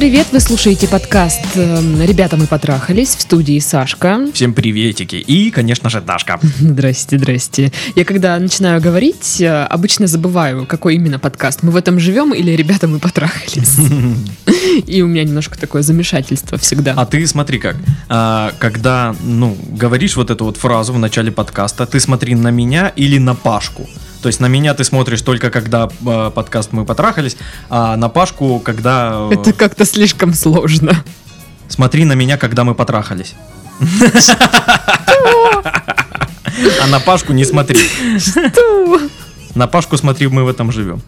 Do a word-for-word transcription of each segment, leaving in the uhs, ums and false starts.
привет! Вы слушаете подкаст «Ребята, мы потрахались», в студии Сашка. Всем приветики. И, конечно же, Дашка. Здрасте, здрасте. Я когда начинаю говорить, обычно забываю, какой именно подкаст. Мы в этом живем или «Ребята, мы потрахались». И у меня немножко такое замешательство всегда. А ты смотри как, а, когда, ну, говоришь вот эту вот фразу в начале подкаста, ты смотри на меня или на Пашку. То есть на меня ты смотришь только когда э, подкаст «Мы потрахались», а на Пашку, когда... Э, Это как-то слишком сложно. Смотри на меня, когда мы потрахались. А на Пашку не смотри. Что? На Пашку смотри, мы в этом живем.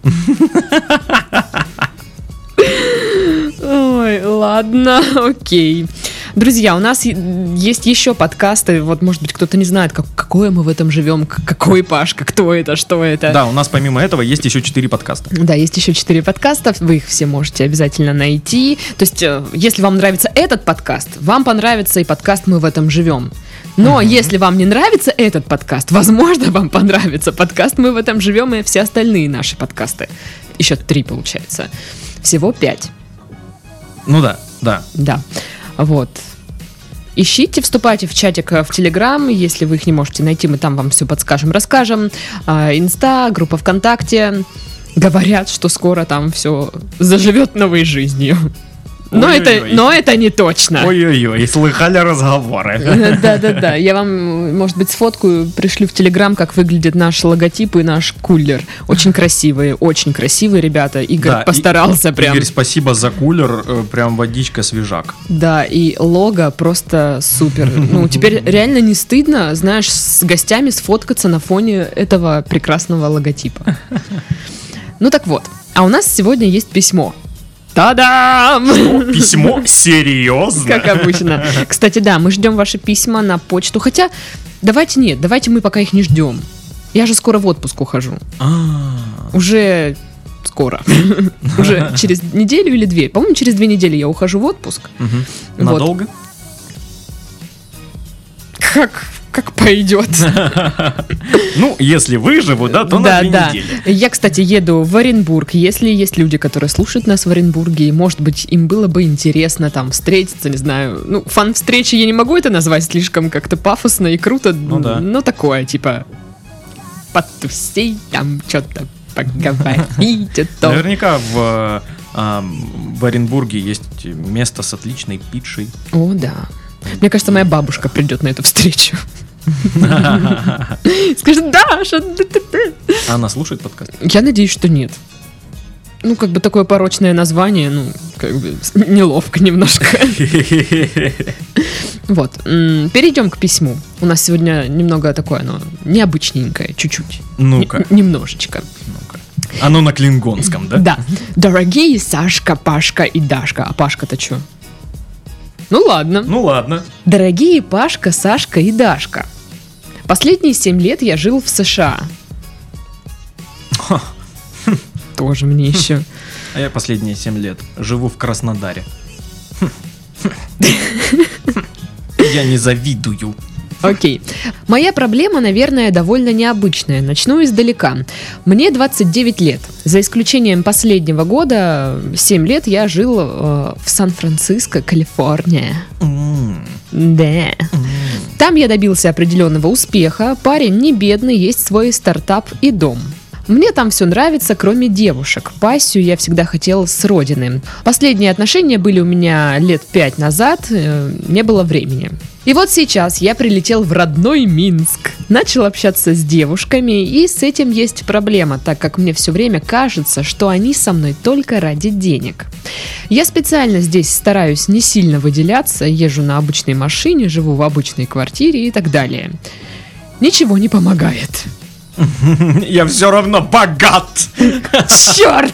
Ой, ладно, окей. Друзья, у нас есть еще подкасты. Вот, может быть, кто-то не знает, как, какое мы в этом живем, какой Пашка, кто это, что это. Да, у нас помимо этого есть еще четыре подкаста. Да, есть еще четыре подкаста. Вы их все можете обязательно найти. То есть, если вам нравится этот подкаст, вам понравится и подкаст «Мы в этом живем». Но uh-huh. если вам не нравится этот подкаст, возможно, вам понравится подкаст «Мы в этом живем» и все остальные наши подкасты. Еще три, получается. Всего пять. Ну да, да. Да. Вот. Ищите, вступайте в чатик в Телеграм, если вы их не можете найти, мы там вам все подскажем, расскажем. Инста, группа ВКонтакте. Говорят, что скоро там все заживет новой жизнью. Но это, но это не точно. Ой-ой-ой, слыхали разговоры. Да-да-да, я вам, может быть, сфоткаю, пришлю в Телеграм, как выглядит наш логотип и наш кулер. Очень красивые, очень красивые ребята. Игорь да, постарался и, прям. Игорь, спасибо за кулер, прям водичка свежак. Да, и лого просто супер. Ну, теперь реально не стыдно, знаешь, с гостями сфоткаться на фоне этого прекрасного логотипа. Ну так вот, а у нас сегодня есть письмо. Та-дам! Что? Письмо? Серьезно? Как обычно. Кстати, да, мы ждем ваши письма на почту. Хотя, давайте нет, давайте мы пока их не ждем. Я же скоро в отпуск ухожу. Уже скоро. Уже через неделю или две. По-моему, через две недели я ухожу в отпуск. Надолго? Как... Как пойдет. Ну, если выживу, да, то на две недели. Я, кстати, еду в Оренбург. Если есть люди, которые слушают нас в Оренбурге, и, может быть, им было бы интересно там встретиться, не знаю. Ну, фан-встречи я не могу это назвать слишком как-то пафосно и круто. Ну, да. Но такое, типа, потусить, там что-то поговорить. Наверняка в, а, в Оренбурге есть место с отличной питшей. О, да. Мне кажется, моя бабушка придет на эту встречу. Скажет: Даша. Она слушает подкаст? Я надеюсь, что нет. Ну, как бы такое порочное название, ну, как бы неловко немножко. Вот. Перейдем к письму. У нас сегодня немного такое, оно необычненькое, чуть-чуть. Ну-ка. Немножечко. Ну-ка. Оно на клингонском, да? Да. Дорогие Сашка, Пашка и Дашка. А Пашка-то что? Ну ладно. Ну ладно. Дорогие Пашка, Сашка и Дашка. Последние семь лет я жил в США. Тоже мне еще. А я последние семь лет живу в Краснодаре. Я не завидую. Окей. Моя проблема, наверное, довольно необычная. Начну издалека. Мне двадцать девять лет. За исключением последнего года, семь лет я жил э, в Сан-Франциско, Калифорния. Mm. Да. Mm. Там я добился определенного успеха. Парень не бедный, есть свой стартап и дом. Мне там все нравится, кроме девушек. Пассию я всегда хотел с родины. Последние отношения были у меня лет пять назад, э, не было времени. И вот сейчас я прилетел в родной Минск, начал общаться с девушками, и с этим есть проблема, так как мне все время кажется, что они со мной только ради денег. Я специально здесь стараюсь не сильно выделяться, езжу на обычной машине, живу в обычной квартире и так далее. Ничего не помогает. Я все равно богат! Черт!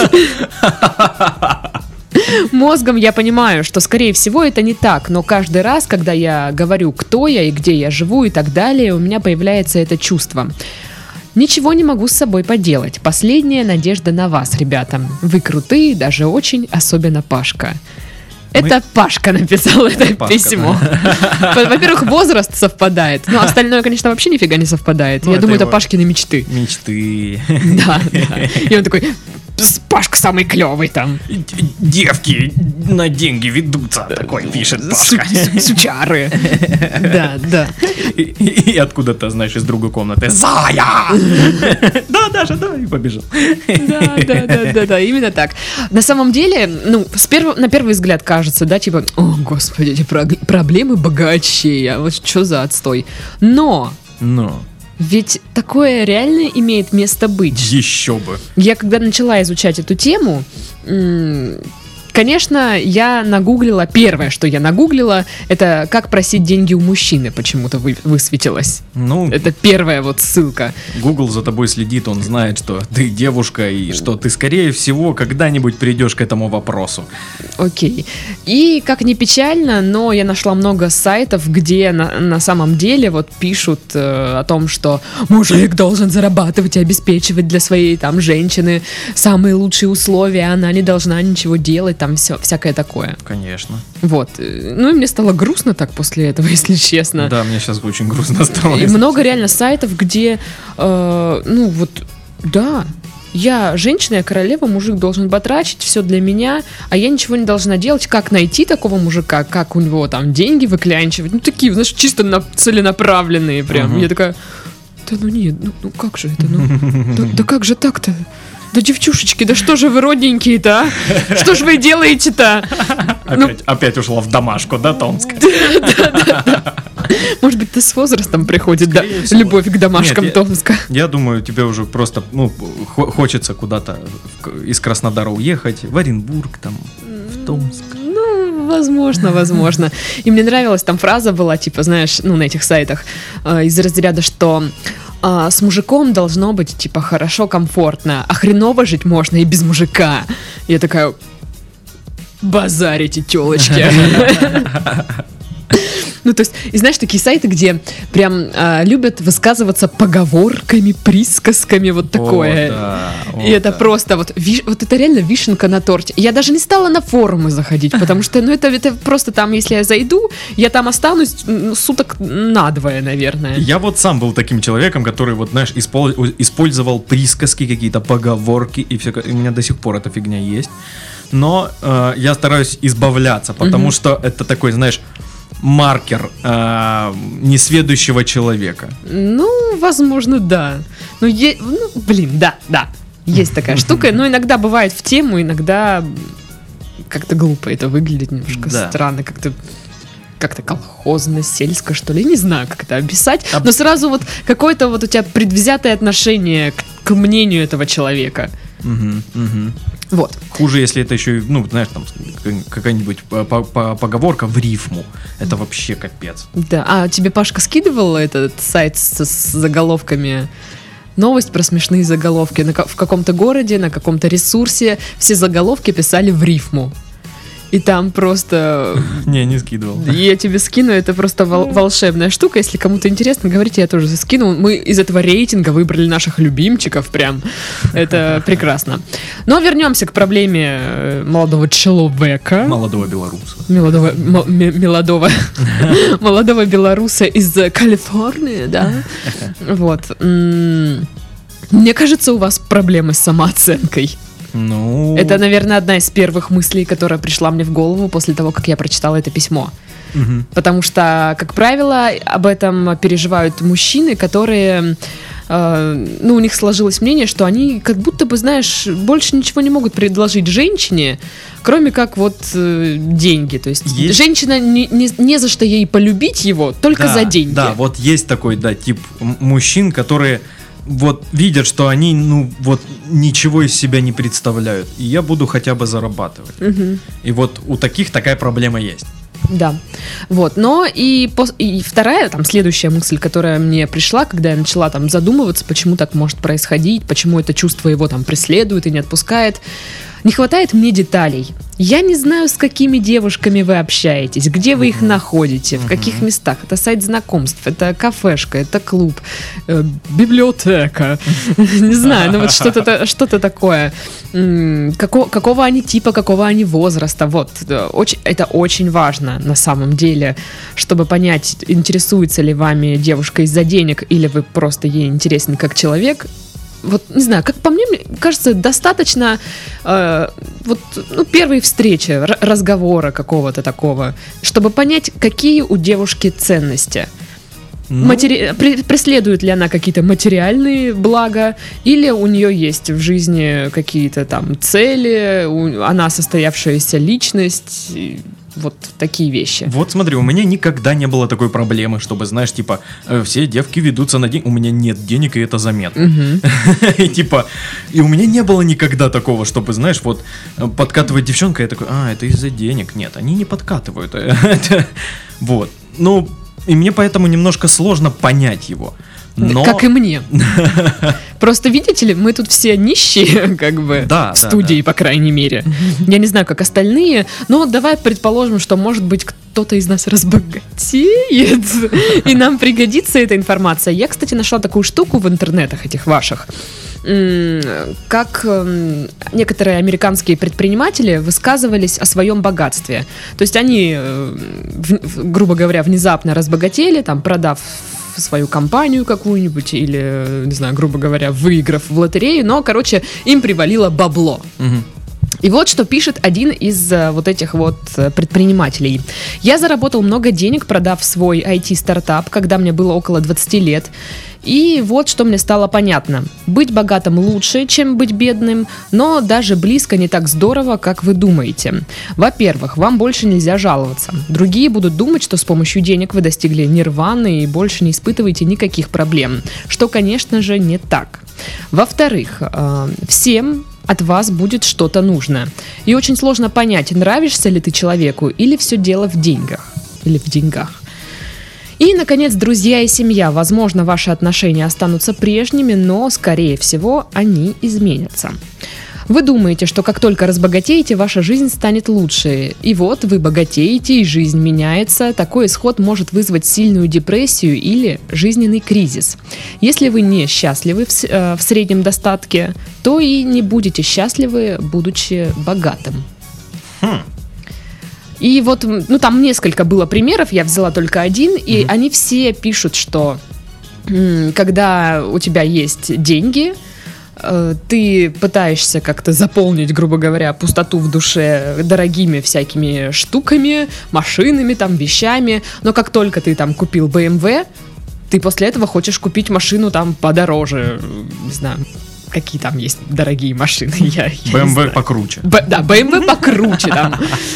Мозгом я понимаю, что, скорее всего, это не так, но каждый раз, когда я говорю, кто я и где я живу и так далее, у меня появляется это чувство. Ничего не могу с собой поделать. Последняя надежда на вас, ребята. Вы крутые, даже очень, особенно Пашка. Это Мы... Пашка написал это Пашка, письмо. Да. Во-первых, возраст совпадает. Но остальное, конечно, вообще нифига не совпадает. Ну, Я это думаю, его... это Пашкины мечты. Мечты. Да, да. И он такой: Пашка самый клевый там. Девки на деньги ведутся, такой пишет Пашка. Сучары. Да, да. И откуда-то, знаешь, из другой комнаты: Зая! Да, Даша, да, и побежал. Да, да, да, да, да, именно так. На самом деле, ну, с перв... на первый взгляд кажется, да, типа, о, господи, эти проблемы богачей, а вот что за отстой. Но... Но... Ведь такое реально имеет место быть. Еще бы. Я когда начала изучать эту тему, конечно, я нагуглила, первое, что я нагуглила, это как просить деньги у мужчины, почему-то вы, высветилось. Ну, это первая вот ссылка. Google за тобой следит, он знает, что ты девушка и что ты, скорее всего, когда-нибудь придешь к этому вопросу. Окей. И, как ни печально, но я нашла много сайтов, где на, на самом деле вот пишут э, о том, что мужик должен зарабатывать и обеспечивать для своей там женщины самые лучшие условия, она не должна ничего делать, там все, всякое такое. Конечно. Вот. Ну и мне стало грустно так после этого, если честно. Да, мне сейчас очень грустно стало. И много реально сайтов, где, э, ну вот, да, я женщина, я королева, мужик должен батрачить, все для меня, а я ничего не должна делать. Как найти такого мужика, как у него там деньги выклянчивать, ну такие, знаешь, чисто на, целенаправленные прям. Uh-huh. Я такая, да ну нет, ну, ну как же это, ну, да, да как же так-то? Да, девчушечки, да что же вы родненькие-то, а? Что же вы делаете-то? Опять, ну... опять ушла в домашку, да, Томск? Да, да, да. Может быть, ты с возрастом приходит, да, любовь к домашкам Нет, Томска. Я, я думаю, тебе уже просто, ну, хочется куда-то из Краснодара уехать, в Оренбург, там, в Томск. Ну, возможно, возможно. И мне нравилась там фраза была, типа, знаешь, ну, на этих сайтах, э, из разряда, что э, с мужиком должно быть, типа, хорошо, комфортно, а хреново жить можно и без мужика. Я такая, базарите, тёлочки. Ну, то есть, и знаешь, такие сайты, где прям а, любят высказываться поговорками, присказками, вот такое. О, да, и о, это да. просто вот, виш, вот это реально вишенка на торте. Я даже не стала на форумы заходить, потому что, ну, это, это просто там, если я зайду, я там останусь ну, суток надвое, наверное. Я вот сам был таким человеком, который, вот, знаешь, испол- использовал присказки, какие-то поговорки, и все, и у меня до сих пор эта фигня есть. Но э, я стараюсь избавляться, потому mm-hmm. что это такой, знаешь, маркер э, несведущего человека. Ну, возможно, да. Ну, е- ну, блин, да, да. Есть такая штука. Но иногда бывает в тему, иногда как-то глупо это выглядит, немножко да. странно, как-то как-то колхозно, сельско, что ли, не знаю, как это описать, но сразу вот какое-то вот у тебя предвзятое отношение к, к мнению этого человека. Угу, угу. Вот. Хуже, если это еще, ну, знаешь, там какая-нибудь поговорка в рифму. Это вообще капец. Да, а тебе Пашка скидывал этот сайт с, с заголовками? Новость про смешные заголовки. На, в каком-то городе, на каком-то ресурсе все заголовки писали в рифму. И там просто... Не, не скидывал. Я тебе скину, это просто вол- волшебная штука. Если кому-то интересно, говорите, я тоже скину. Мы из этого рейтинга выбрали наших любимчиков прям. Это прекрасно. Но вернемся к проблеме молодого человека. Молодого белоруса. Молодого, м- молодого, молодого белоруса из Калифорнии, да? Вот. Мне кажется, у вас проблемы с самооценкой. Ну... Это, наверное, одна из первых мыслей, которая пришла мне в голову после того, как я прочитала это письмо. Угу. Потому что, как правило, об этом переживают мужчины, которые... Э, ну, у них сложилось мнение, что они как будто бы, знаешь, больше ничего не могут предложить женщине, кроме как вот э, деньги. То есть, есть женщина не, не, не за что ей полюбить его, только да, за деньги. Да, вот есть такой, да, тип мужчин, которые... вот видят, что они, ну, вот ничего из себя не представляют. И я буду хотя бы зарабатывать. Угу. И вот у таких такая проблема есть. Да, вот, но и, пос- и вторая, там, следующая мысль, которая мне пришла, когда я начала там задумываться, почему так может происходить, почему это чувство его там преследует и не отпускает. Не хватает мне деталей. Я не знаю, с какими девушками вы общаетесь, где вы их находите, в каких местах. Это сайт знакомств, это кафешка, это клуб, э, библиотека. Не знаю, ну вот что-то, что-то такое. Какого, какого они типа, какого они возраста. Вот. Очень, это очень важно на самом деле, чтобы понять, интересуется ли вами девушка из-за денег, или вы просто ей интересен как человек. вот, не знаю, как по мне, мне кажется, достаточно э, вот, ну, первой встречи, р- разговора какого-то такого, чтобы понять, какие у девушки ценности. Ну... Матери... При... Преследует ли она какие-то материальные блага, или у нее есть в жизни какие-то там цели, у... она состоявшаяся личность, вот такие вещи. Вот смотри, у меня никогда не было такой проблемы, чтобы, знаешь, типа, все девки ведутся на деньги, у меня нет денег, и это заметно. И типа, и у меня не было никогда такого, чтобы, знаешь, вот подкатывает девчонка, я такой, а, это из-за денег. Нет, они не подкатывают. Вот, ну... И мне поэтому немножко сложно понять его. Но... Как и мне. Просто, видите ли, мы тут все нищие, как бы, да, в студии, да, да. по крайней мере. Я не знаю, как остальные, но вот давай предположим, что, может быть, кто-то из нас разбогатеет, и нам пригодится эта информация. Я, кстати, нашла такую штуку в интернетах этих ваших, как некоторые американские предприниматели высказывались о своем богатстве. То есть они, грубо говоря, внезапно разбогатели, там, продав свою компанию какую-нибудь или, не знаю, грубо говоря, выиграв в лотерею, но, короче, им привалило бабло. Угу. И вот что пишет один из uh, вот этих вот uh, предпринимателей. «Я заработал много денег, продав свой ай ти-стартап, когда мне было около двадцать лет. И вот что мне стало понятно. Быть богатым лучше, чем быть бедным, но даже близко не так здорово, как вы думаете. Во-первых, вам больше нельзя жаловаться. Другие будут думать, что с помощью денег вы достигли нирваны и больше не испытываете никаких проблем. Что, конечно же, не так. Во-вторых, uh, всем... от вас будет что-то нужно. И очень сложно понять, нравишься ли ты человеку, или все дело в деньгах. Или в деньгах. И, наконец, друзья и семья. Возможно, ваши отношения останутся прежними, но, скорее всего, они изменятся. Вы думаете, что как только разбогатеете, ваша жизнь станет лучше. И вот вы богатеете, и жизнь меняется. Такой исход может вызвать сильную депрессию или жизненный кризис. Если вы не счастливы в, э, в среднем достатке, то и не будете счастливы, будучи богатым. Хм. И вот, ну, там несколько было примеров, я взяла только один, и mm-hmm. они все пишут, что м- когда у тебя есть деньги, ты пытаешься как-то заполнить, грубо говоря, пустоту в душе дорогими всякими штуками, машинами, там, вещами, но как только ты там купил бэ эм вэ, ты после этого хочешь купить машину там подороже, не знаю, какие там есть дорогие машины. Я, я бэ эм вэ покруче. Б, да, бэ эм вэ покруче. Там.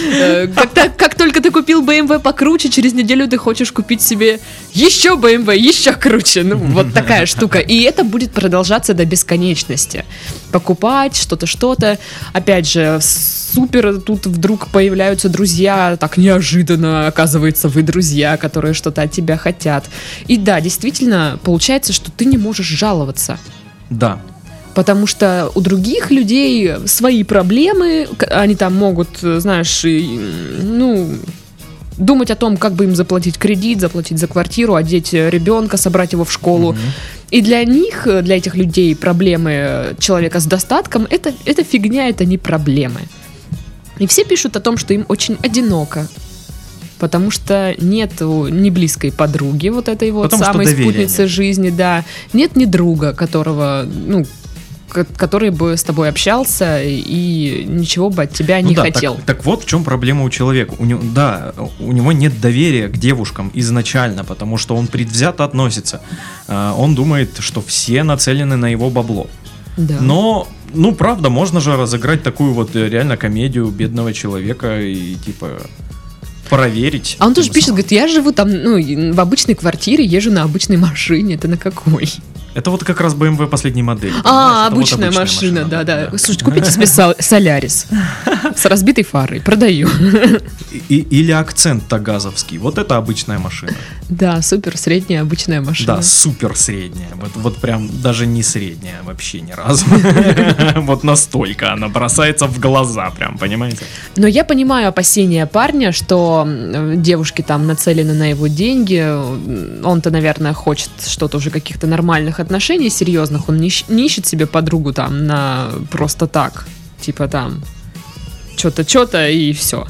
Как, как только ты купил бэ эм вэ покруче, через неделю ты хочешь купить себе еще бэ эм вэ, еще круче. Ну, вот такая штука. И это будет продолжаться до бесконечности. Покупать что-то, что-то. Опять же, супер, тут вдруг появляются друзья, так неожиданно, оказывается, вы друзья, которые что-то от тебя хотят. И да, действительно, получается, что ты не можешь жаловаться. Да. Потому что у других людей свои проблемы, они там могут, знаешь, ну, думать о том, как бы им заплатить кредит, заплатить за квартиру, одеть ребенка, собрать его в школу. Mm-hmm. И для них, для этих людей проблемы человека с достатком, это, это фигня, это не проблемы. И все пишут о том, что им очень одиноко. Потому что нет ни близкой подруги, вот этой вот потому самой спутницы жизни, да. Нет ни друга, которого, ну, который бы с тобой общался и ничего бы от тебя ну не да, хотел. Так, так вот в чем проблема у человека. У него, да, у него нет доверия к девушкам изначально, потому что он предвзято относится. Он думает, что все нацелены на его бабло. Да. Но, ну, правда, можно же разыграть такую вот реально комедию бедного человека и типа... проверить. А он тоже пишет, говорит, я живу там, ну, в обычной квартире, езжу на обычной машине. Это на какой? Это вот как раз бэ эм вэ последней модели. А, обычная, вот обычная машина, да, да, да. Слушайте, купите себе Солярис с разбитой фарой, продаю. И, или акцент тагазовский. Вот это обычная машина. Да, супер средняя обычная машина. Да, супер средняя. Вот, вот прям даже не средняя вообще ни разу. Вот настолько она бросается в глаза прям, понимаете? Но я понимаю опасения парня, что девушки там нацелены на его деньги. Он-то, наверное, хочет что-то уже каких-то нормальных отношений серьезных. Он не, не ищет себе подругу там на просто так. Типа там что-то, что-то и все.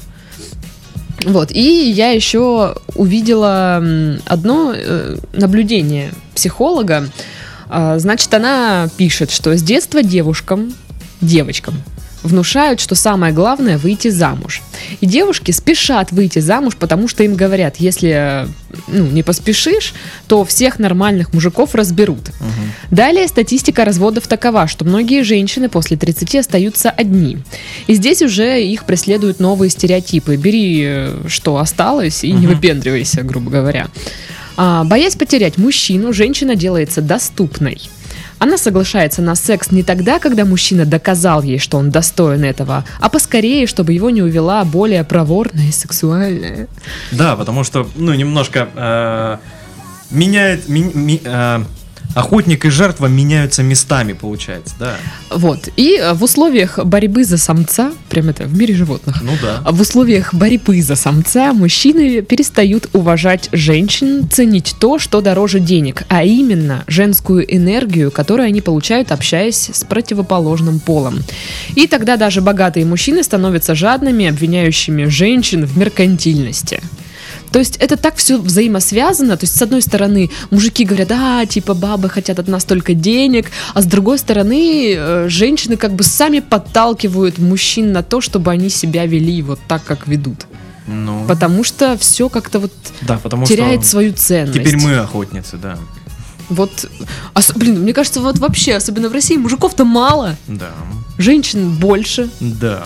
Вот, и я еще увидела одно наблюдение психолога. А, значит, она пишет, что с детства девушкам, девочкам внушают, что самое главное — выйти замуж. И девушки спешат выйти замуж, потому что им говорят, если ну, не поспешишь, то всех нормальных мужиков разберут. Угу. Далее статистика разводов такова, что многие женщины после тридцати остаются одни. И здесь уже их преследуют новые стереотипы. Бери, что осталось, и угу. не выпендривайся, грубо говоря. А, боясь потерять мужчину, женщина делается доступной. Она соглашается на секс не тогда, когда мужчина доказал ей, что он достоин этого, а поскорее, чтобы его не увела более проворная и сексуальная. Да, потому что, ну, немножко э, меняет... Ми, ми, э, охотник и жертва меняются местами, получается, да. Вот. И в условиях борьбы за самца, прям это в мире животных, ну да. В условиях борьбы за самца мужчины перестают уважать женщин, ценить то, что дороже денег, а именно женскую энергию, которую они получают, общаясь с противоположным полом. И тогда даже богатые мужчины становятся жадными, обвиняющими женщин в меркантильности. То есть это так все взаимосвязано. То есть с одной стороны мужики говорят, а, типа бабы хотят от нас только денег, а с другой стороны э, женщины как бы сами подталкивают мужчин на то, чтобы они себя вели вот так, как ведут. Ну. Потому что все как-то вот да, потому теряет что свою ценность. Теперь мы охотницы, да. Вот, ос- блин, мне кажется, вот вообще, особенно в России, мужиков-то мало. Да. Женщин больше. Да.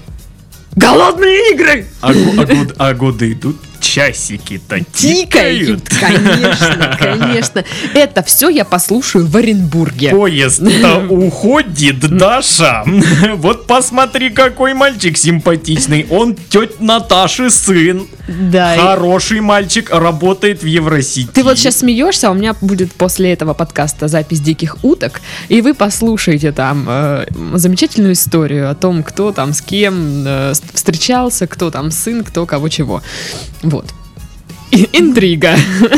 Голодные игры! А, го- а, год- а годы идут, часики-то тикают. Тикают, конечно, конечно. Это все я послушаю в Оренбурге. Поезд-то уходит, Даша. Вот посмотри, какой мальчик симпатичный. Он тетя Наташи сын. Да. Хороший мальчик, работает в Евросети. Ты вот сейчас смеешься, а у меня будет после этого подкаста запись «Диких уток», и вы послушаете там э, замечательную историю о том, кто там с кем э, встречался, кто там сын, кто кого чего. Вот. И- интрига.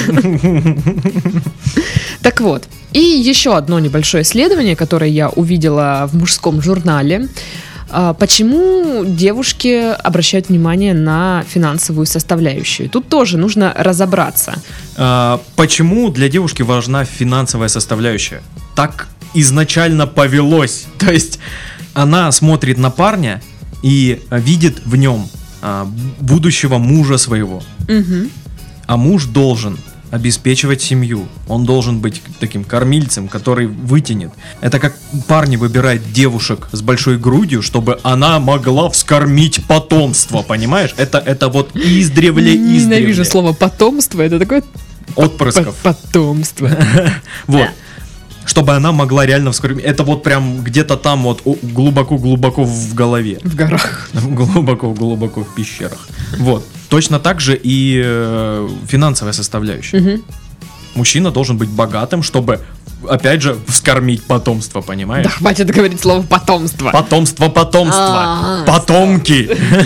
Так вот. И еще одно небольшое исследование, которое я увидела в мужском журнале. А, Почему девушки обращают внимание на финансовую составляющую? Тут тоже нужно разобраться. А, почему для девушки важна финансовая составляющая? Так изначально повелось. То есть она смотрит на парня и а, видит в нем а, будущего мужа своего. Угу. А муж должен обеспечивать семью. Он должен быть таким кормильцем, который вытянет. Это как парни выбирают девушек с большой грудью, чтобы она могла вскормить потомство, понимаешь? Это, это вот издревле, издревле. Ненавижу слово «потомство», это такое отпрысков. Потомство. Вот. Чтобы она могла реально вскормить. Это вот прям где-то там вот глубоко-глубоко в голове. В горах. Глубоко-глубоко в пещерах. Вот. Точно так же и э, финансовая составляющая. Угу. Мужчина должен быть богатым, чтобы, опять же, вскормить потомство, понимаешь? Да хватит говорить слово «потомство». Потомство, потомство. А-а-а, потомки.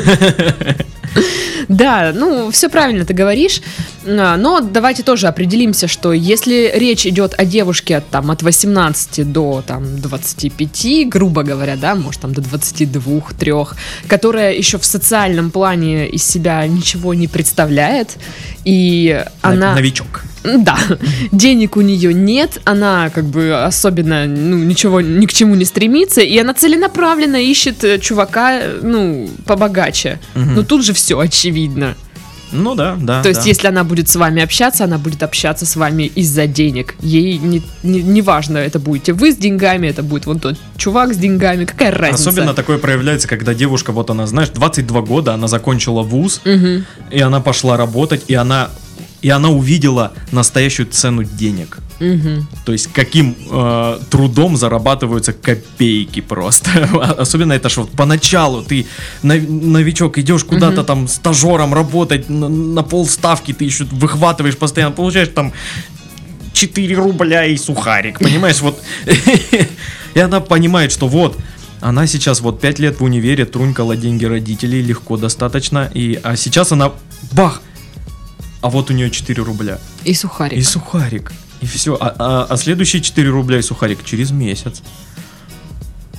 Да, ну, все правильно ты говоришь, но давайте тоже определимся, что если речь идет о девушке от, там, от восемнадцати до там, двадцати пяти, грубо говоря, да, может там до двадцати двух-трёх, которая еще в социальном плане из себя ничего не представляет, и она... Новичок. Да, денег у нее нет, она как бы особенно, ну, ничего, ни к чему не стремится, и она целенаправленно ищет чувака, ну, побогаче. Угу. Но тут же все очевидно. Ну да, да. То есть, да. если она будет с вами общаться, она будет общаться с вами из-за денег. Ей не, не, не важно, это будете вы с деньгами, это будет вот тот чувак с деньгами, какая разница? Особенно такое проявляется, когда девушка, вот она, знаешь, двадцать два года, она закончила вуз, Угу. и она пошла работать, и она... И она увидела настоящую цену денег. Угу. То есть каким э, трудом зарабатываются копейки просто. Особенно это ж вот поначалу ты новичок, идешь куда-то Мгм. там стажером работать на, на полставки, ты еще выхватываешь постоянно, получаешь там четыре рубля и сухарик, понимаешь? Вот. И она понимает, что вот она сейчас вот пять лет в универе трунькала деньги родителей легко достаточно, и, а сейчас она бах! А вот у нее четыре рубля. И сухарик. И сухарик. И все. А, а, а следующие четыре рубля и сухарик через месяц.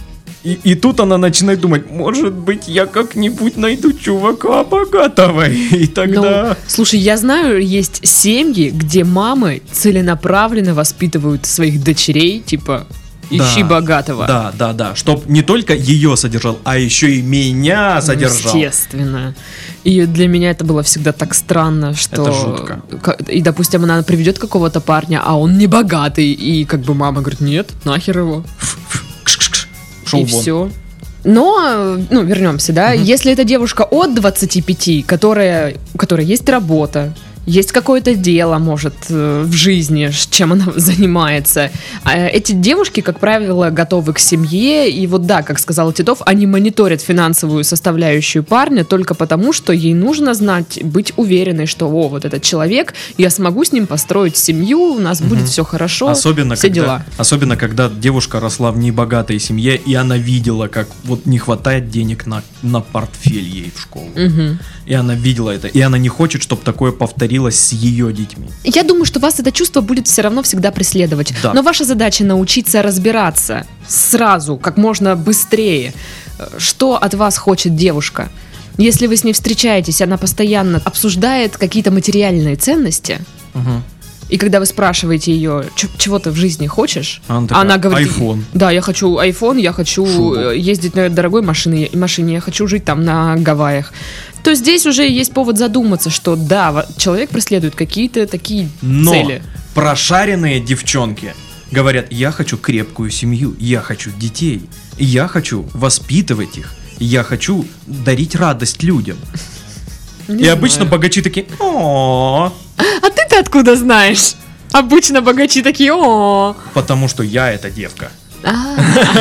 И, и тут она начинает думать, может быть, я как-нибудь найду чувака богатого, и тогда... Ну, слушай, я знаю, есть семьи, где мамы целенаправленно воспитывают своих дочерей, типа, ищи Да, богатого. Да, да, да, чтоб не только ее содержал, а еще и меня содержал. Естественно. И для меня это было всегда так странно, что... Это жутко. К- И, допустим, она приведет какого-то парня, а он не богатый, и как бы мама говорит, нет, нахер его. Кш-кш-кш. Шел И вон. все. Но, ну, вернемся, да, Мгм. если это девушка от двадцати пяти, которая, у которой есть работа, есть какое-то дело, может, э, в жизни, ш- чем она занимается. А эти девушки, как правило, готовы к семье. И вот да, как сказал Титов, они мониторят финансовую составляющую парня только потому, что ей нужно знать, быть уверенной, что о, вот этот человек, я смогу с ним построить семью, у нас Мгм. будет все хорошо, Особенно все когда, дела. особенно когда девушка росла в небогатой семье, и она видела, как вот не хватает денег на, на портфель ей в школу. Мгм. И она видела это. И она не хочет, чтобы такое повторилось с ее детьми. Я думаю, что вас это чувство будет все равно всегда преследовать. Да. Но ваша задача научиться разбираться сразу, как можно быстрее, э, что от вас хочет девушка. Если вы с ней встречаетесь, она постоянно обсуждает какие-то материальные ценности, Угу. и когда вы спрашиваете ее, «Чё- чего ты в жизни хочешь, Она такая, она говорит, iPhone. да, я хочу iPhone, я хочу Шубу. э, ездить на дорогой машине, машине, я хочу жить там на Гавайях. То здесь уже есть повод задуматься, что да, во- человек преследует какие-то такие Но цели. прошаренные девчонки говорят, я хочу крепкую семью, я хочу детей, я хочу воспитывать их, я хочу дарить радость людям. Не И обычно знаю. богачи такие, о, А ты-то откуда знаешь? Обычно богачи такие, о потому что я эта девка. А,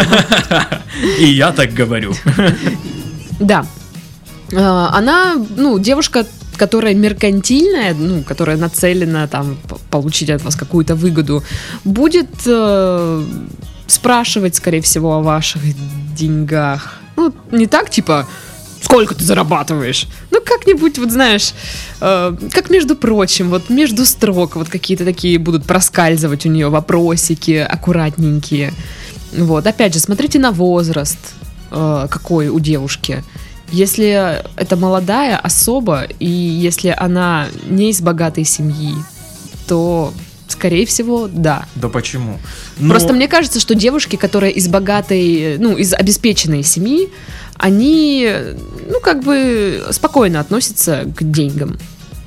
И я так говорю. Да. А, Она, ну, девушка, которая меркантильная, ну, которая нацелена там п- получить от вас какую-то выгоду, будет э, спрашивать, скорее всего, о ваших деньгах. Ну, не так, типа, сколько ты зарабатываешь? Ну, как-нибудь, вот знаешь, э, как между прочим, вот между строк вот какие-то такие будут проскальзывать у нее вопросики аккуратненькие. Вот, опять же, смотрите на возраст, э, какой у девушки. Если это молодая особа, и если она не из богатой семьи, то, скорее всего, да. Да почему? Ну, Просто мне кажется, что девушки, которые из богатой, ну, из обеспеченной семьи, они, ну, как бы спокойно относятся к деньгам.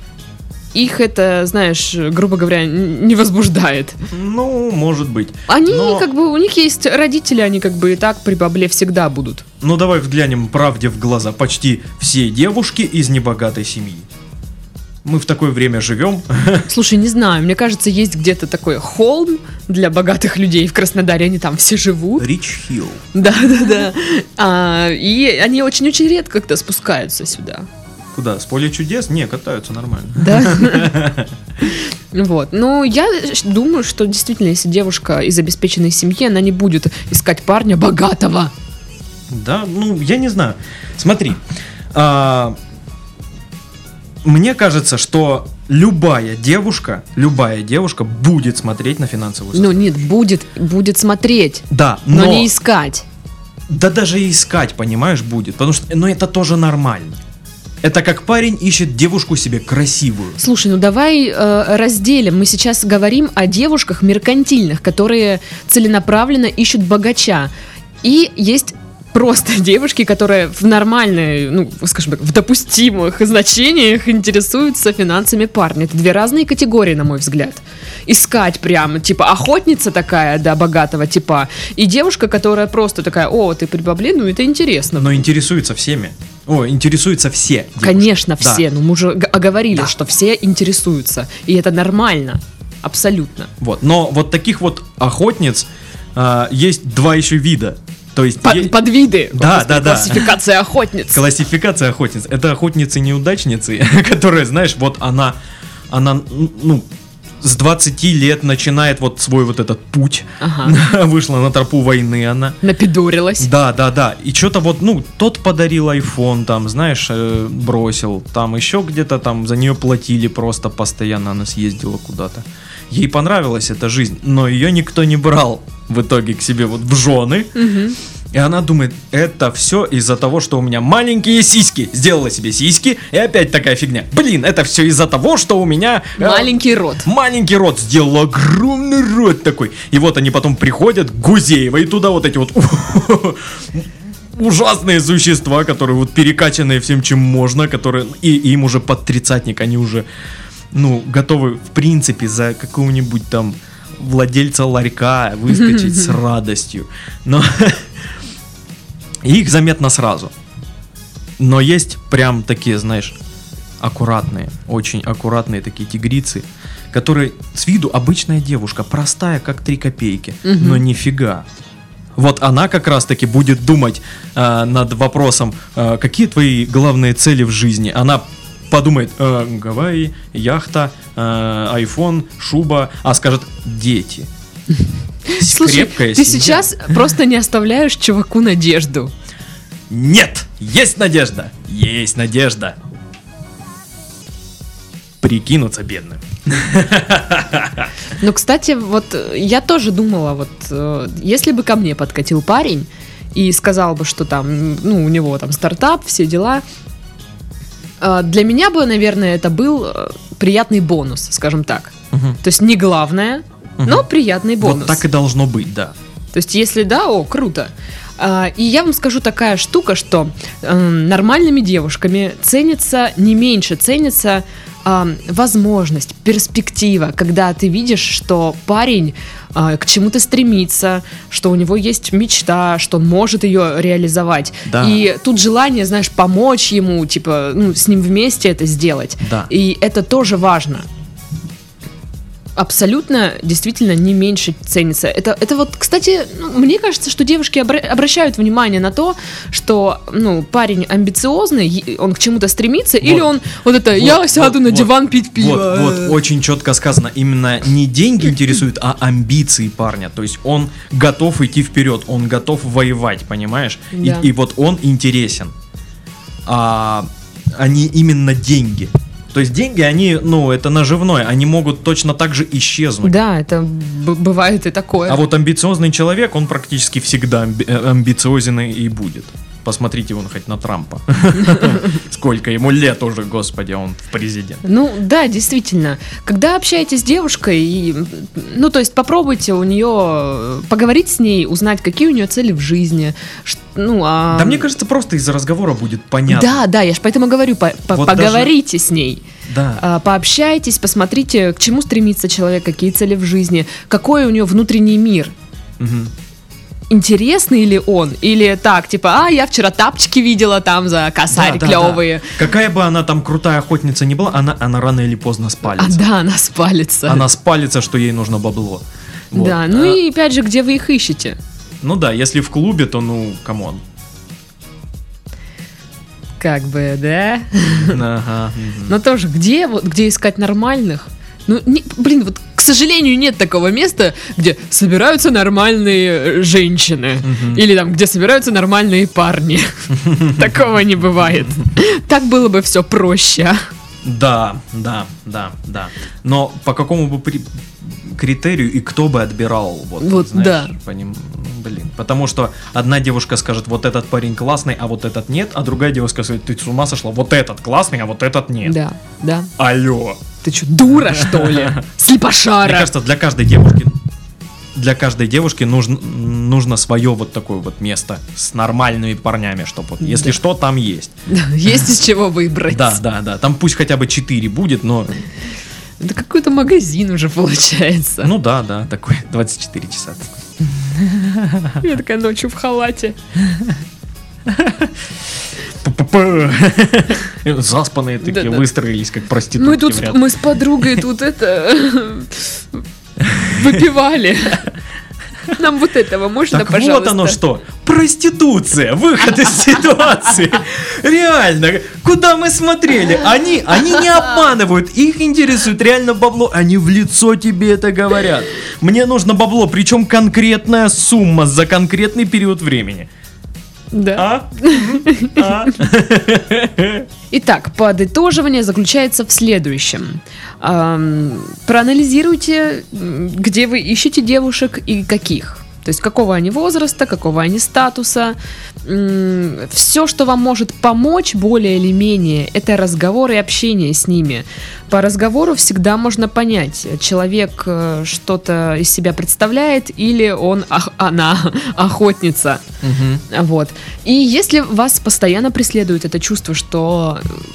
Их это, знаешь, грубо говоря, н- не возбуждает. Ну, может быть. Они, Но- как бы, у них есть родители, они как бы и так при бабле всегда будут. Ну, давай взглянем правде в глаза. Почти все девушки из небогатой семьи. Мы в такое время живем. Слушай, не знаю, мне кажется, есть где-то такой холм для богатых людей в Краснодаре, они там все живут. Рич Хилл. Да, да, да. А, и они очень-очень редко как-то спускаются сюда. Куда? С поля чудес? Не, катаются нормально. Да. Вот. Ну, я щ- думаю, что действительно, если девушка из обеспеченной семьи, она не будет искать парня богатого. Да, ну, я не знаю. Смотри. а, Мне кажется, что любая девушка, любая девушка будет смотреть на финансовую Ну, составляющую. нет, будет, будет смотреть, Да, но, но... не искать. Да даже и искать, понимаешь, будет. Потому что, ну, это тоже нормально. Это как парень ищет девушку себе красивую. Слушай, ну давай э, разделим. Мы сейчас говорим о девушках меркантильных, которые целенаправленно ищут богача. И есть просто девушки, которые в нормальной, ну, скажем так, в допустимых значениях интересуются финансами парня. Это две разные категории, на мой взгляд. Искать прямо, типа, охотница такая, да, богатого типа, и девушка, которая просто такая, о, ты при бабле, ну, это интересно. Но интересуется всеми. О, интересуются все девушки. Конечно, Да. все, ну, мы уже г- оговорили, Да. что все интересуются, и это нормально, абсолютно. Вот. Но вот таких вот охотниц а, есть два еще вида. То есть Под- е- подвиды. Да, Господи, да, да. Классификация охотниц. классификация охотниц. Это охотницы-неудачницы, которые, знаешь, вот она, она, ну, с двадцати лет начинает вот свой вот этот путь. Ага. Вышла на тропу войны она. Напидорилась. Да, да, да. И что-то вот, ну, тот подарил айфон, там, знаешь, э, бросил. Там еще где-то там за нее платили просто постоянно. Она съездила куда-то. Ей понравилась эта жизнь, но ее никто не брал в итоге к себе вот в жены. Мгм. И она думает, это все из-за того, что у меня маленькие сиськи. Сделала себе сиськи, и опять такая фигня. Блин, это все из-за того, что у меня... э, Маленький рот. Маленький рот. Сделала огромный рот такой. И вот они потом приходят к Гузеевой, и туда вот эти вот... ужасные существа, которые вот перекачанные всем, чем можно, которые... И, и им уже под тридцатник, они уже, ну, готовы, в принципе, за какого-нибудь там владельца ларька выскочить с радостью. Но... Их заметно сразу. Но есть прям такие, знаешь, аккуратные, очень аккуратные такие тигрицы, которые с виду обычная девушка, простая, как три копейки, угу. но нифига. Вот она как раз-таки будет думать э, над вопросом, э, какие твои главные цели в жизни. Она подумает, э, Гавайи, яхта, э, айфон, шуба, а скажет, дети. Слушай, ты семья. Сейчас просто не оставляешь чуваку надежду. Нет, есть надежда, есть надежда. Прикинуться бедным. Ну, кстати, вот я тоже думала, вот если бы ко мне подкатил парень и сказал бы, что там, ну, у него там стартап, все дела, для меня бы, наверное, это был приятный бонус, скажем так. Угу. То есть не главное, угу. но приятный бонус. Вот так и должно быть, да. То есть если да, о, круто. И я вам скажу такая штука, что нормальными девушками ценится не меньше, ценится возможность, перспектива, когда ты видишь, что парень а, к чему-то стремится, что у него есть мечта, что он может ее реализовать. Да. И тут желание, знаешь, помочь ему, типа, ну, с ним вместе это сделать. Да. И это тоже важно. Абсолютно, действительно, не меньше ценится. Это, это вот, кстати, ну, мне кажется, что девушки обра- обращают внимание на то, что, ну, парень амбициозный, он к чему-то стремится, вот. Или он вот это, вот, я сяду вот, на вот, диван пить пиво. Вот, вот, очень четко сказано. Именно не деньги интересуют, а амбиции парня. То есть он готов идти вперед, он готов воевать, понимаешь? Да. И, и вот он интересен. А, а не именно деньги. То есть деньги, они, ну, это наживное, они могут точно так же исчезнуть. Да, это б- бывает и такое. А вот амбициозный человек, он практически всегда амби- амбициозен и будет. Посмотрите вон хоть на Трампа. Сколько ему лет уже, господи, он в президент. Ну, да, действительно. Когда общаетесь с девушкой, ну, то есть попробуйте у нее поговорить с ней, узнать, какие у нее цели в жизни. Ну, а... Да мне кажется, просто из-за разговора будет понятно. Да, да, я же поэтому говорю, по- по- вот поговорите даже... с ней. Да. А, пообщайтесь, посмотрите, к чему стремится человек, какие цели в жизни, какой у него внутренний мир. Угу. Интересный ли он? Или так, типа, а, я вчера тапчики видела там за косарь да, клевые. Да, да. Какая бы она там крутая охотница ни была, она, она рано или поздно спалится. А, да, она спалится. Она спалится, что ей нужно бабло. Вот. Да, ну а... и опять же, где вы их ищете? Ну да, если в клубе, то ну, камон. Как бы, да? Ага. Но тоже, где, вот, где искать нормальных? Ну, не, блин, вот, к сожалению, нет такого места, где собираются нормальные женщины. Uh-huh. Или там, где собираются нормальные парни. Такого не бывает. Так было бы все проще. Да, да, да, да. Но по какому бы при... критерию и кто бы отбирал? Вот, вот знаешь, да. По ним, блин. Потому что одна девушка скажет, вот этот парень классный, а вот этот нет, а другая девушка скажет, ты с ума сошла, вот этот классный, а вот этот нет. Да, да. Алло. Ты что, дура, что ли? Слепошара. Мне кажется, для каждой девушки для каждой девушки нужно, нужно свое вот такое вот место с нормальными парнями, чтобы вот, если да. что, там есть. Да, есть из чего выбрать. Да, да, да. Там пусть хотя бы четыре будет, но... Это какой-то магазин уже получается. Ну да, да, такой двадцать четыре часа. Я такая ночью в халате. Заспанные такие, да, выстроились, как проститутки. Мы тут, мы с подругой тут это выпивали. Нам вот этого можно, так пожалуйста? Вот оно что, проституция, выход из ситуации. Реально, куда мы смотрели? Они, они не обманывают, их интересует реально бабло. Они в лицо тебе это говорят. Мне нужно бабло, причем конкретная сумма за конкретный период времени. Да. А? А? Итак, подытоживание заключается в следующем. Эм, проанализируйте, где вы ищете девушек и каких. То То есть какого они возраста, какого они статуса. Все, что вам может помочь более или менее, это разговор и общение с ними. По разговору всегда можно понять, человек что-то из себя представляет или он, она охотница. Угу. Вот. И если вас постоянно преследует это чувство, что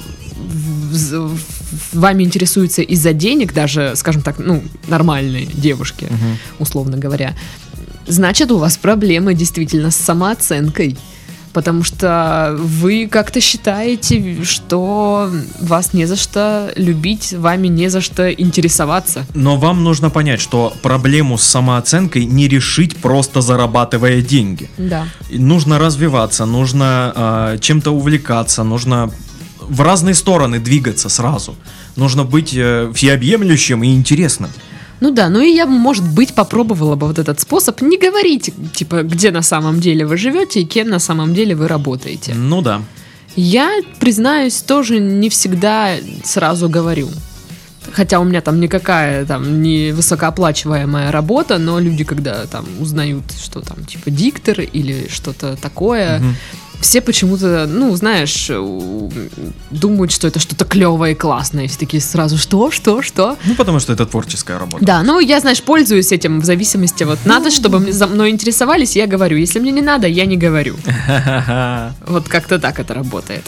вами интересуются из-за денег, даже, скажем так, ну, нормальные девушки, угу. условно говоря, значит, у вас проблемы действительно с самооценкой. Потому что вы как-то считаете, что вас не за что любить, вами не за что интересоваться. Но вам нужно понять, что проблему с самооценкой не решить, просто зарабатывая деньги. Да. Нужно развиваться, нужно э, чем-то увлекаться, нужно в разные стороны двигаться сразу. Нужно быть э, всеобъемлющим и интересным. Ну да, ну и я, может быть, попробовала бы вот этот способ не говорить, типа, где на самом деле вы живете и кем на самом деле вы работаете. Ну да. Я, признаюсь, тоже не всегда сразу говорю. Хотя у меня там никакая там не высокооплачиваемая работа, но люди, когда там узнают, что там типа диктор или что-то такое, угу. все почему-то, ну, знаешь, думают, что это что-то клевое и классное. И все такие сразу, что, что, что? Ну, потому что это творческая работа. Да, ну, я, знаешь, пользуюсь этим в зависимости. Вот надо, чтобы за мной интересовались, я говорю. Если мне не надо, я не говорю. Вот как-то так это работает.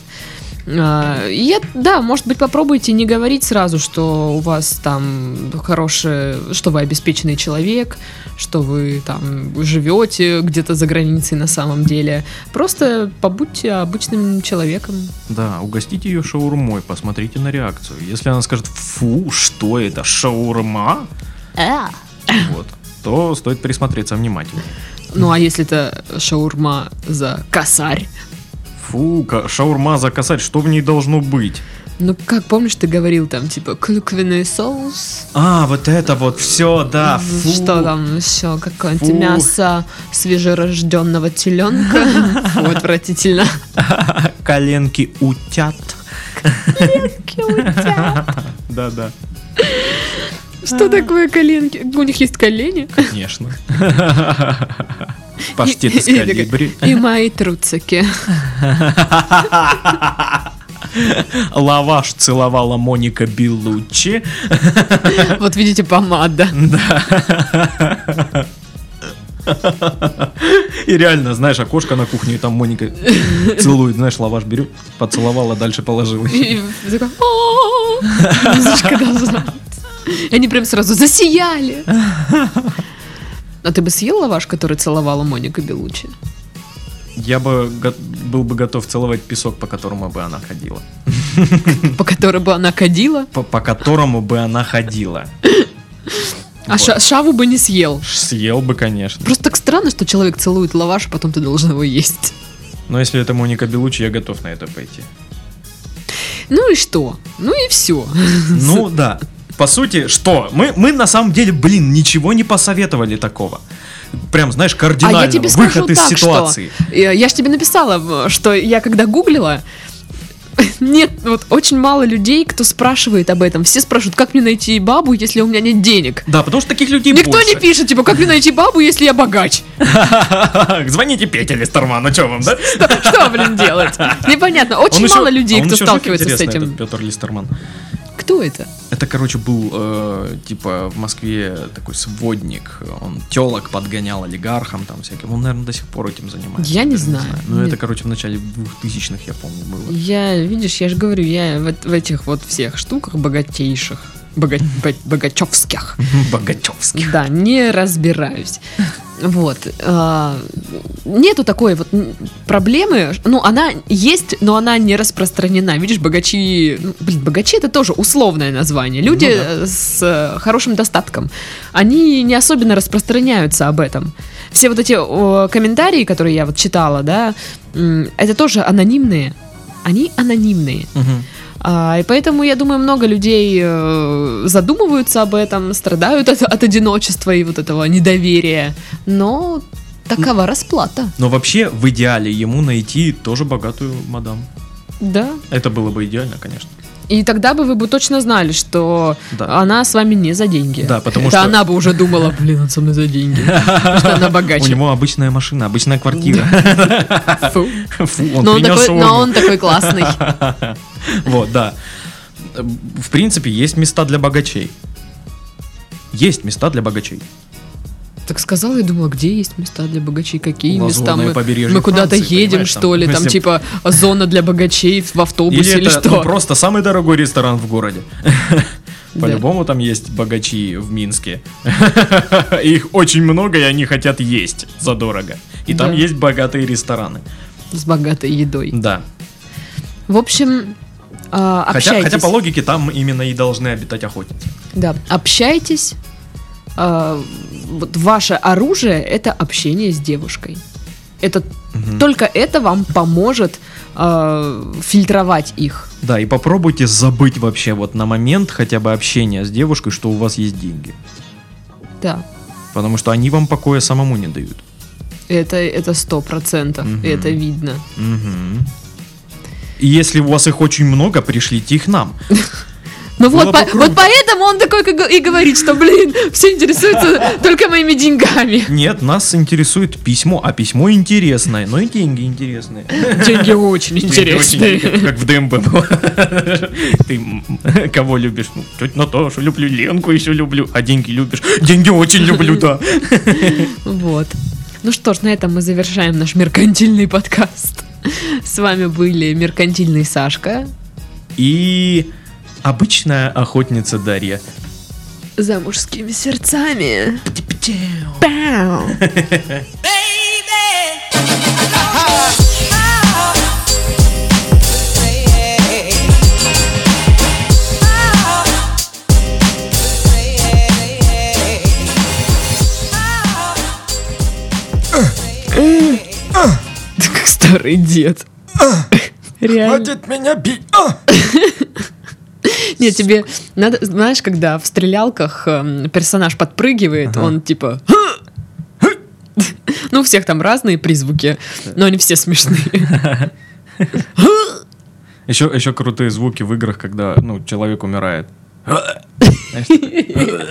Я, да, может быть, попробуйте не говорить сразу, что у вас там хорошее, что вы обеспеченный человек, что вы там живете где-то за границей на самом деле. Просто побудьте обычным человеком. Да, угостите ее шаурмой, посмотрите на реакцию. Если она скажет: фу, что это, шаурма? А. Вот, то стоит присмотреться внимательно. Ну, а если это шаурма за косарь? Фу, шаурма за косарь, что в ней должно быть? Ну, как помнишь, ты говорил там, типа, клюквенный соус? А, вот это вот все, да, фу. Что там еще, какое-нибудь мясо свежерожденного теленка? Фу, отвратительно. Коленки утят. Коленки утят. Да-да. Что такое коленки? У них есть колени? Конечно. Паштет из колибри. И мои труцики. Лаваш целовала Моника Беллуччи. Вот видите, помада. Да. И реально, знаешь, окошко на кухне, и там Моника целует, знаешь, лаваш берет, поцеловала, дальше положила. И такая: музычка должна. И они прям сразу засияли. А ты бы съел лаваш, который целовала Моника Беллуччи? Я бы го- был бы готов целовать песок, по которому бы она ходила. По которому бы она ходила? По, по которому бы она ходила. А вот. ша- шаву бы не съел? Съел бы, конечно. Просто так странно, что человек целует лаваш, а потом ты должен его есть. Но если это Моника Беллуччи, я готов на это пойти. Ну и что? Ну и все. Ну да. По сути, что? Мы, мы на самом деле, блин, ничего не посоветовали такого. Прям, знаешь, кардинально. А я тебе скажу выход из так, ситуации. Что, я же тебе написала, что я когда гуглила, нет, вот очень мало людей, кто спрашивает об этом. Все спрашивают, как мне найти бабу, если у меня нет денег. Да, потому что таких людей Никто больше. не пишет, типа, как мне найти бабу, если я богач. Звоните Пете Листерману, что вам, да? Что, блин, делать? Непонятно. Очень мало людей, кто сталкивается с этим. Петр Листерман. Кто это? Это, короче, был, э, типа, в Москве такой сводник. Он телок подгонял олигархам там всяким. Он, наверное, до сих пор этим занимается. Я не не знаю. знаю. Ну, это, короче, в начале двухтысячных, я помню, было. Я, видишь, я же говорю, я в, в этих вот всех штуках богатейших, бога, богачевских. Богачевских. Да, не разбираюсь. Вот. А, нету такой вот проблемы. Ну, она есть, но она не распространена. Видишь, богачи... Ну, блин, богачи — это тоже условное название. Люди ну, да. с хорошим достатком. Они не особенно распространяются об этом. Все вот эти о, комментарии, которые я вот читала, да, это тоже анонимные. Они анонимные. Угу. А, и поэтому, я думаю, много людей э, задумываются об этом, страдают от, от одиночества и вот этого недоверия. Но такова расплата. Но вообще, в идеале ему найти тоже богатую мадам. Да. Это было бы идеально, конечно. И тогда бы вы бы точно знали, что Да. она с вами не за деньги. Да, потому Это что- она бы уже думала, блин, он со мной за деньги. Потому что она У богаче. него обычная машина, обычная квартира. Фу. Фу, он Но он принес такой- но урну. он такой классный. Вот, да. В принципе, есть места для богачей. Есть места для богачей. Так сказала и думала, где есть места для богачей, какие места Лазурное мы, побережье мы куда-то Франции, едем, понимаешь, что там, ли, там если- типа зона для богачей в автобусе Или или, это что? ну, просто самый дорогой ресторан в городе. Да. По-любому там есть богачи в Минске. Их очень много, и они хотят есть задорого. И там Да. есть богатые рестораны. С богатой едой. Да. В общем, а, Хотя, общайтесь. хотя по логике там именно и должны обитать охотницы. Да, общайтесь. А, вот ваше оружие — это общение с девушкой. Это Мгм. только это вам поможет а, фильтровать их. Да, и попробуйте забыть вообще вот на момент хотя бы общения с девушкой, что у вас есть деньги. Да, Потому что они вам покоя самому не дают. это это сто процентов, Мгм. это видно. Мгм. И если у вас их очень много, пришлите их нам. Ну Было вот, бы по- круто. вот поэтому он такой как и говорит, что, блин, все интересуются только моими деньгами. Нет, нас интересует письмо, а письмо интересное, но и деньги интересные. Деньги очень Деньги интересные. очень, как- Как в ДМБ было. Ты м, кого любишь? Ну, тетю Наташу люблю, Ленку еще люблю. А деньги любишь? Деньги очень люблю, да. Вот. Ну что ж, на этом мы завершаем наш меркантильный подкаст. С вами были меркантильный Сашка, И обычная охотница Дарья. за мужскими сердцами. Пау. Ты как старый дед. Реально. меня бить! Нет, тебе надо, знаешь, когда в стрелялках эм, персонаж подпрыгивает, Ага. он типа... Ну, у всех там разные призвуки, но они все смешные. Еще, еще крутые звуки в играх, когда ну, человек умирает. Знаешь,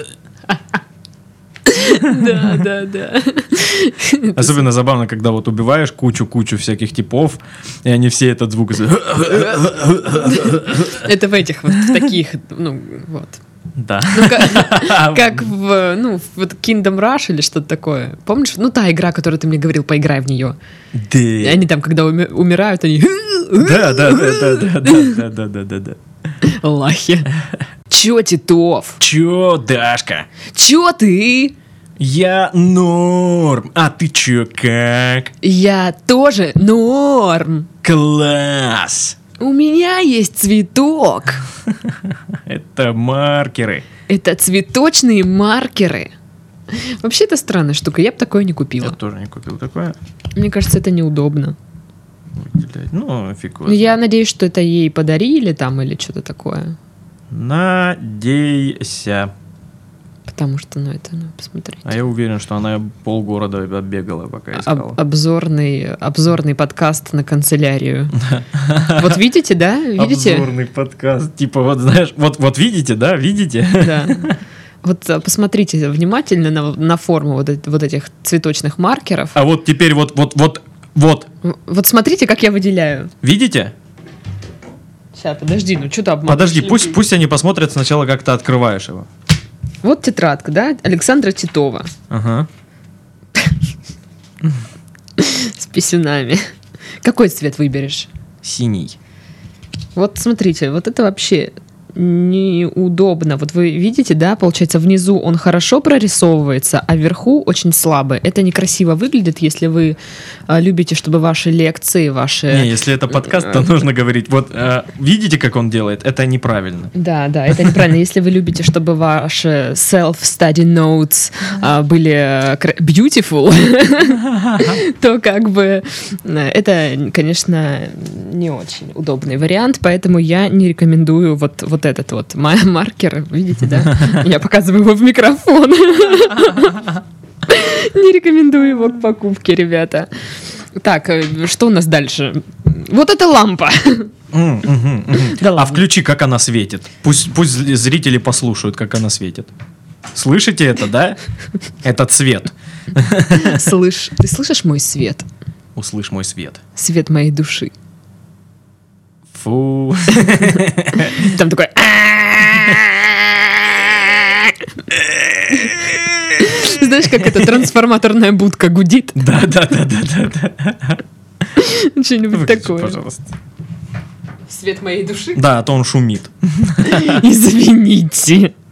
Да, да, да. особенно забавно, когда вот убиваешь кучу-кучу всяких типов, и они все этот звук... издают. Это в этих вот, в таких, ну, вот. Да. Ну, как, как в, ну, в вот Kingdom Rush или что-то такое. Помнишь? Ну, та игра, которую ты мне говорил, поиграй в нее. И Да. они там, когда уми- умирают, они... Да, да, да, да, да, да, да, да, да, да. Лахи. Чё, Титов? Чё, Дашка? Чё ты? Я норм. А ты чё, как? Я тоже норм. Класс. У меня есть цветок. Это маркеры. Это цветочные маркеры. Вообще, это странная штука. Я бы такое не Я купила. тоже не купил такое. Мне кажется, это неудобно. Выделять. Ну, фиг его Но я знает. надеюсь, что это ей подарили там или что-то такое. Надейся. Потому что, ну, это, ну, посмотрите. А я уверен, что она полгорода оббегала, пока Об- искала. обзорный, обзорный подкаст на канцелярию. Вот видите, да? Видите? Обзорный подкаст. Типа, вот знаешь, вот, вот видите, да, видите? Да. Вот а, посмотрите внимательно на, на форму вот, эт- вот этих цветочных маркеров. А вот теперь вот, вот, вот, вот, В- Вот смотрите, как я выделяю. видите? Сейчас, подожди, ну что ты обманываешь Подожди, пусть, людей? пусть они посмотрят сначала, как ты открываешь его. Вот тетрадка, да? Александра Титова Ага. с писюнами. Какой цвет выберешь? Синий. Вот смотрите, вот это вообще неудобно. Вот вы видите, да, получается, внизу он хорошо прорисовывается, а вверху очень слабо. Это некрасиво выглядит, если вы а, любите, чтобы ваши лекции, ваши... Не, если это подкаст, то нужно говорить. Вот э, видите, как он делает? Это неправильно. Да, да, это неправильно. Если вы любите, чтобы ваши self-study notes а, были э, кра- beautiful, то как бы э, это, конечно, не очень удобный вариант, поэтому я не рекомендую вот, вот этот вот ма- маркер. Видите, да? Я показываю его в микрофон. Не рекомендую его к покупке, ребята. Так, э, что у нас дальше? Вот эта лампа. М, мгм, мгм. Да А ладно. включи, как она светит. Пусть, пусть зрители послушают, как она светит. Слышите это, да? Это цвет. Слышь, ты слышишь мой свет? Услышь мой свет. Свет моей души. Фу. Там такой... Знаешь, как эта трансформаторная будка гудит? Да, да, да, да, да, да. Что-нибудь Выключи, такое. пожалуйста. Свет моей души? Да, а то он шумит. Извините.